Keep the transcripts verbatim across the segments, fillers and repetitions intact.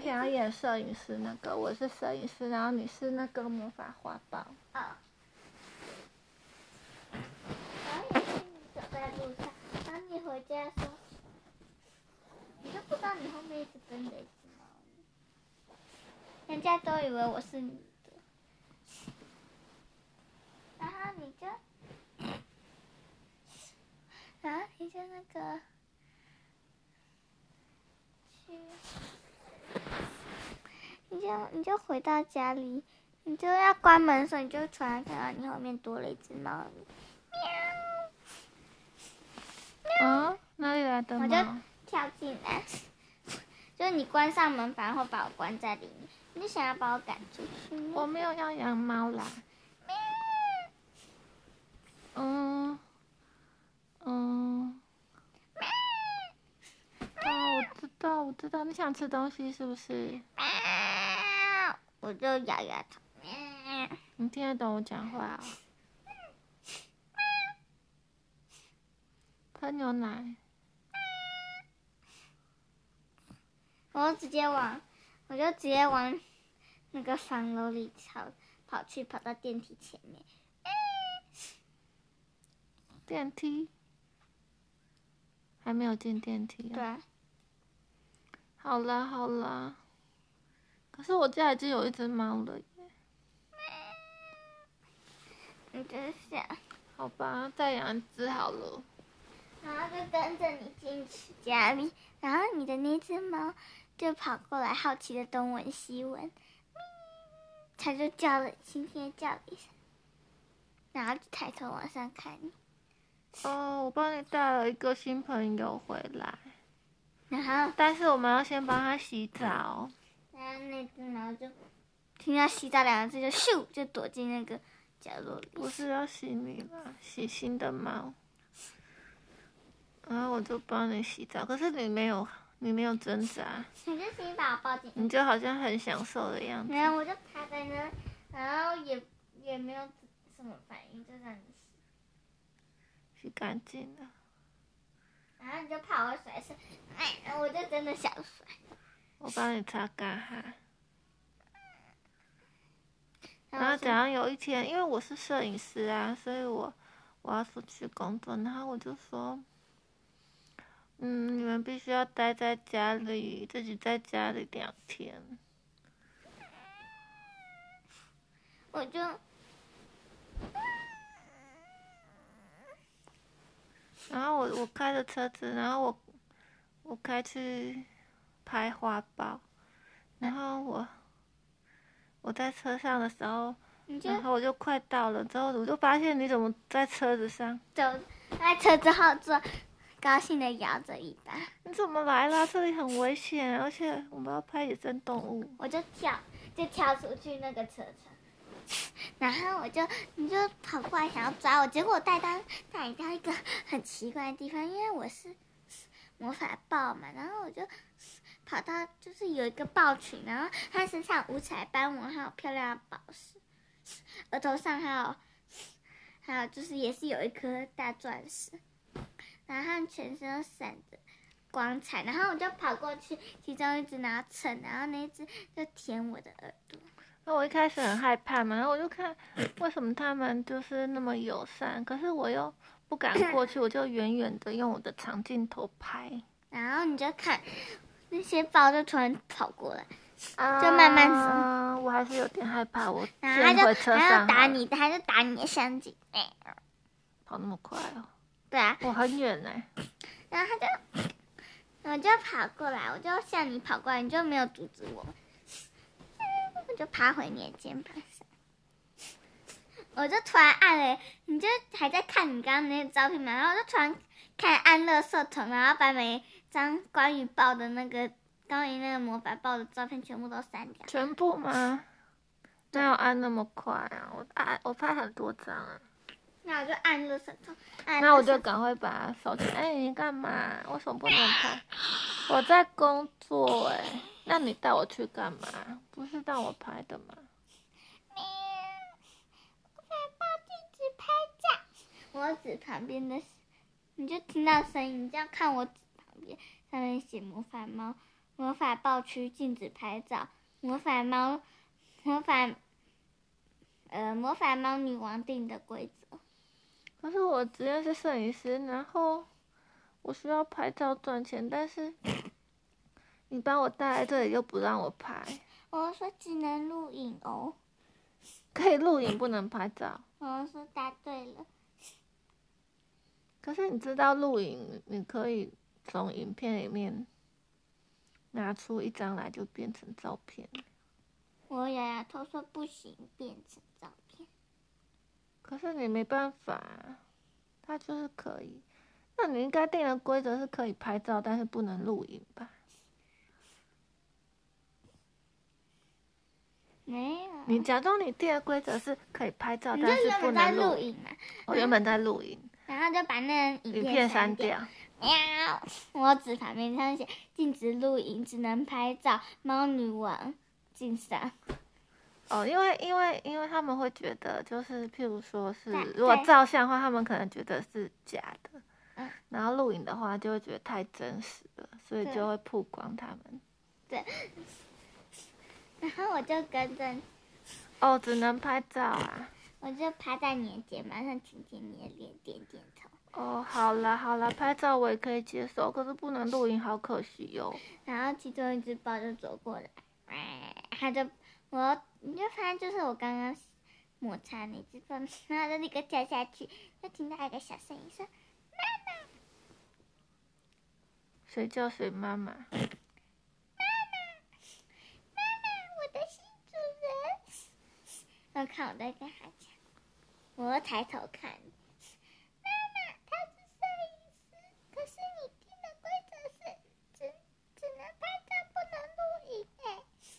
天要演摄影师那个，我是摄影师，然后你是那个魔法画报。 哦。然后有一天你走在路上，然后你回家的时候，你就不知道你后面一直跟着一只猫，人家都以为我是你的，然后你就，然后你就那个去。你就你就回到家里，你就要关门的时候，你就突然看到你后面多了一只猫咪，喵， 嗯，哪里来的猫？ 我就跳进来，就是你关上门，反而会把我关在里面。你就想要把我赶出去吗？ 我没有要养猫啦。嗯嗯。哦，我知道，我知道，你想吃东西是不是？ 我就摇摇头。 你听得懂我讲话哦？喝牛奶。 我直接往，我就直接往那个房楼里跑，跑去，跑到电梯前面。 电梯？还没有进电梯啊？ 对。 好啦好啦，可是我家已经有一只猫了耶。 你真想。 好吧，再养一只好了。 然后就跟着你进去家里，然后你的那只猫就跑过来，好奇的东闻西闻，它就叫了，轻轻的叫了一声，然后就抬头往上看你。 哦，我帮你带了一个新朋友回来。 然后， 但是我们要先帮他洗澡。 然后那只猫就听到洗澡两个字，就咻就躲进那个角落里。 不是要洗你啦，洗新的猫。然后我就帮你洗澡，可是你没有，你没有挣扎。 你就先把我抱进去。 你就好像很享受的样子。 然后我就趴在那，然后也也没有什么反应，就让你洗。 洗干净了。 然后你就怕我会甩手，哎，我就真的想甩。 我帮你擦干哈。然后假如有一天，因为我是摄影师啊，所以我我要出去工作，然后我就说，嗯，你们必须要待在家里，自己在家里两天。 我就， 然后我我开着车子，然后我我开去拍花豹，然后我我在车上的时候，然后我就快到了，之后我就发现你怎么在车子上？ 走在车子后座，高兴的摇着尾巴。 你怎么来啦？这里很危险，而且我们要拍野生动物。 我就跳，就跳出去那个车窗，然后我就你就跑过来想要抓我，结果我带到带你到一个很奇怪的地方，因为我是魔法豹嘛，然后我就跑到就是有一个豹群，然后它身上五彩斑纹，还有漂亮的宝石，额头上还有还有就是也是有一颗大钻石，然后它全身都闪着光彩，然后我就跑过去，其中一只拿蹭，然后那一只就舔我的耳朵。 那我一开始很害怕嘛，然后我就看为什么他们就是那么友善，可是我又不敢过去，我就远远的用我的长镜头拍。 然后你就看那些豹就突然跑过来， 啊、 就慢慢走。我还是有点害怕，我然后他就回车上他就打你，他就打你的相机。 跑那么快哦？ 对啊， 我很远呢。 然后他就，我就跑过来，我就向你跑过来，你就没有阻止我。我就爬回你的肩膀上，我就突然按了，你就还在看你刚刚那个照片嘛，然后我就突然看按垃圾桶，然后把每张关于豹的那个关于那个魔法豹的照片全部都删掉。 全部吗？没有按那么快啊，我按我拍很多张啊。 那我就按垃圾桶，按那我就赶快把它收起来。哎，你干嘛？为什么不能拍？我在工作哎、欸。那你带我去干嘛？不是让我拍的吗？ 我想抱镜子拍照。我指旁边的，你就听到声音，你这样看我指旁边，上面写魔法猫魔法豹区禁止拍照，魔法猫，魔法，呃，魔法猫女王定的规则。 可是我职业是摄影师，然后我需要拍照赚钱，但是你把我带来这里又不让我拍。 我说只能录影哦。 可以录影，不能拍照。 我说答对了。 可是你知道录影，你可以从影片里面拿出一张来，就变成照片。 我雅雅偷说不行，变成照片。 可是你没办法，他就是可以。那你应该定的规则是可以拍照，但是不能录影吧？ 没有。 你假装你定的规则是可以拍照， 你但是不能录影嘛？ 我原本在录影， 然后就把那个影片删掉。喵！我纸旁边上写禁止录影，只能拍照。猫女王禁赏。 哦，因为因为因为他们会觉得，就是譬如说是如果照相的话，他们可能觉得是假的，嗯、然后录影的话就会觉得太真实了，所以就会曝光他们。 对。然后我就跟着。 哦，只能拍照啊！ 我就趴在你的肩膀上，亲亲你的脸，点点头。 哦，好啦好啦，拍照我也可以接受，可是不能录影，好可惜哟、哦。 然后其中一只豹就走过来，它就我你就发现就是我刚刚摩擦那只豹，然后就立刻跳下去，就听到一个小声音说：“妈妈。” 谁叫谁妈妈？妈妈， 妈妈，我的新主人。然后看我在跟他讲，我抬头看，妈妈，他是摄影师，可是你定的规则是只只能拍照，不能录影哎。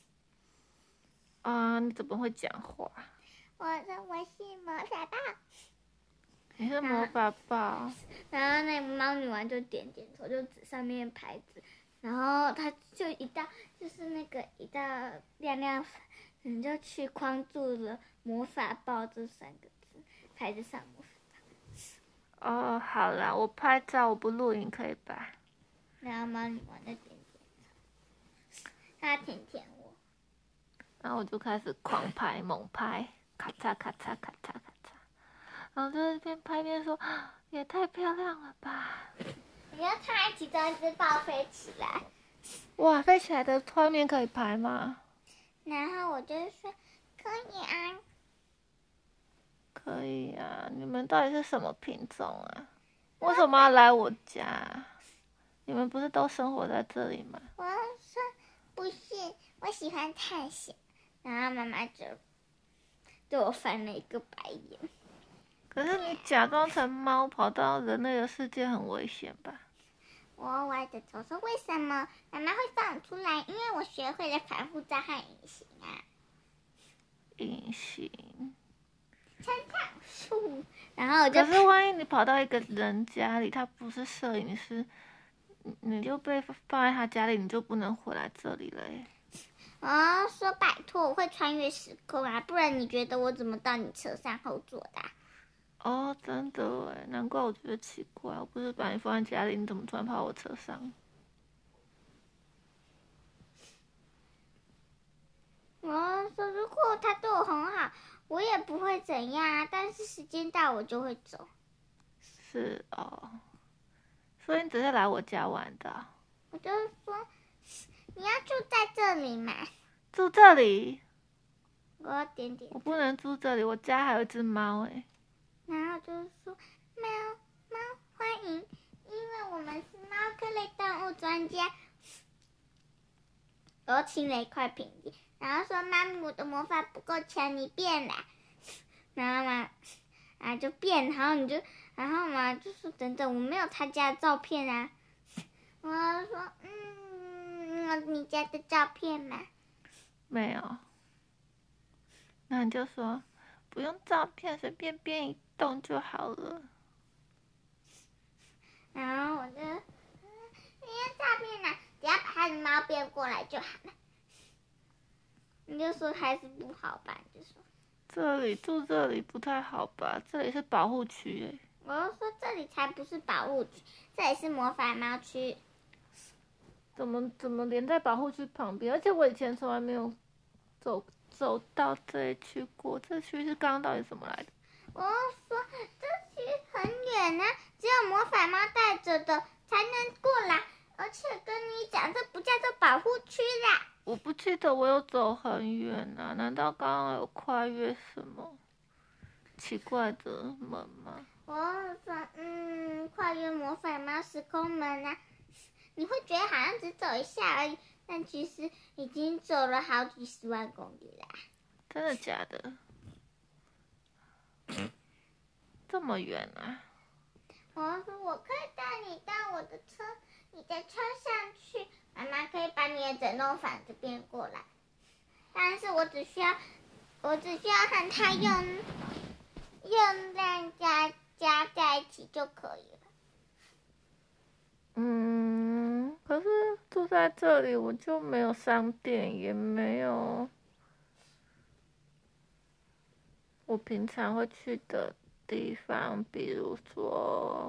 啊，你怎么会讲话？ 我说我是魔法豹。 你是魔法豹。 然后那猫女王就点点头，就指上面牌子，然后他就一道就是那个一道亮亮粉，你就去框住了魔法豹这三个字，牌子上魔法豹。哦，好啦，我拍照我不录影可以吧？ 然后猫女王就点点头，她舔舔我， 然后我就开始狂拍猛拍，咔嚓咔嚓咔嚓咔嚓，然后就一边拍一边说，也太漂亮了吧！ 你要看其中一只豹飞起来， 哇，飞起来的画面可以拍吗？ 然后我就说可以啊。 可以啊，你们到底是什么品种啊？为什么要来我家？你们不是都生活在这里吗？ 我说不是，我喜欢探险。然后妈妈就对我翻了一个白眼。 可是你假装成猫跑到人类的世界很危险吧？ 我歪着头说：“为什么妈妈会放出来？因为我学会了防护罩和隐形啊。” 隐形。 成长树。然后我就。 可是万一你跑到一个人家里，他不是摄影师，你就被放在他家里，你就不能回来这里了耶。 哦，说拜托，我会穿越时空啊，不然你觉得我怎么到你车上后座的、啊？ 哦，真的哎，难怪我觉得奇怪，我不是把你放在家里，你怎么突然跑到我车上？ 我说，如果他对我很好，我也不会怎样啊。但是时间到，我就会走。 是哦，所以你只是来我家玩的、哦。 我就说，你要住在这里嘛？ 住这里？ 我点点。 我不能住这里，我家还有一只猫哎。 然后就说猫猫欢迎，因为我们是猫科类动物专家。我亲了一块平地，然后说：“妈咪，我的魔法不够强，你变啦。”然后嘛，啊就变，然后你就，然后嘛就说：“等等，我没有他家的照片啊。”我说：“嗯，你家的照片嘛？” 没有。那你就说不用照片，随便变一动就好了。 然后我就，嗯，你要照片呢、啊？只要把他的猫变过来就好了。你就说还是不好吧？你就说这里住这里不太好吧？这里是保护区哎。 我就说这里才不是保护区，这里是魔法猫区。 怎么怎么连在保护区旁边？而且我以前从来没有走走到这一区过，这区是刚刚到底怎么来的？ 我说这区很远啊，只有魔法猫带着的才能过来。而且跟你讲，这不叫做保护区啦。 我不记得我有走很远啊，难道刚刚有跨越什么奇怪的门吗？ 我说，嗯，跨越魔法猫时空门啊，你会觉得好像只走一下而已，但其实已经走了好几十万公里啦。 真的假的？这么远啊！ 我说我可以带你到我的车，你的车上去，妈妈可以把你的整栋房子变过来，但是我只需要，我只需要和他用用链加加在一起就可以了。 嗯，可是住在这里我就没有商店，也没有我平常会去的地方，比如说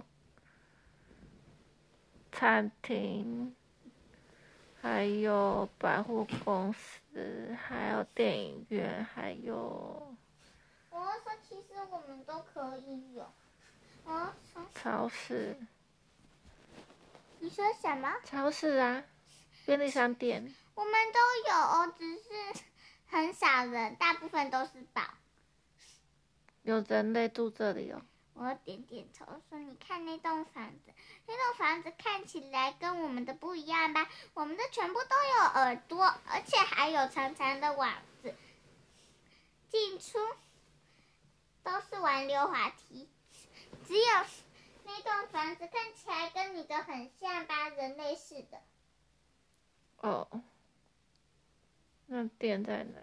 餐厅，还有百货公司，还有电影院，还有我说其实我们都可以有。我说超市。 你说什么？ 超市啊，便利商店。 我们都有哦，只是很少人，大部分都是宝。 有人类住这里哦。 我点点头说：“你看那栋房子，那栋房子看起来跟我们的不一样吧？我们的全部都有耳朵，而且还有长长的网子，进出都是玩溜滑梯。只有那栋房子看起来跟你的很像吧，人类似的。” 哦，那店在哪？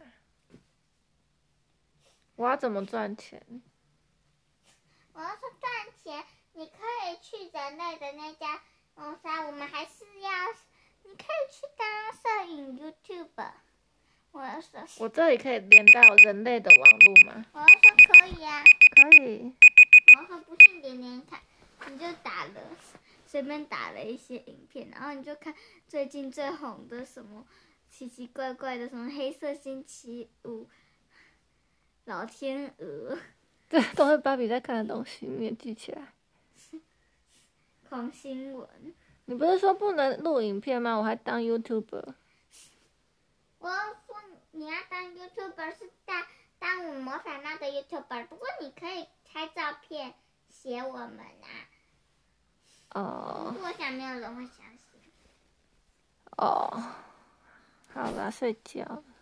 我要怎么赚钱？ 我要说赚钱，你可以去人类的那家公司，我们还是要，你可以去当摄影 YouTuber。我要说， 我这里可以连到人类的网络吗？ 我要说可以啊。 可以。 我要说不信连连看，你就打了，随便打了一些影片，然后你就看最近最红的什么奇奇怪怪的，什么黑色星期五、老天鹅。 这都是芭比在看的东西，你也记起来。 狂新闻。 你不是说不能录影片吗？我还当 YouTuber。 我说你要当 YouTuber 是当当我们魔法猫的 YouTuber， 不过你可以拍照片写我们啊。 哦。 不过我想没有人会相信。 哦。好啦，睡觉了。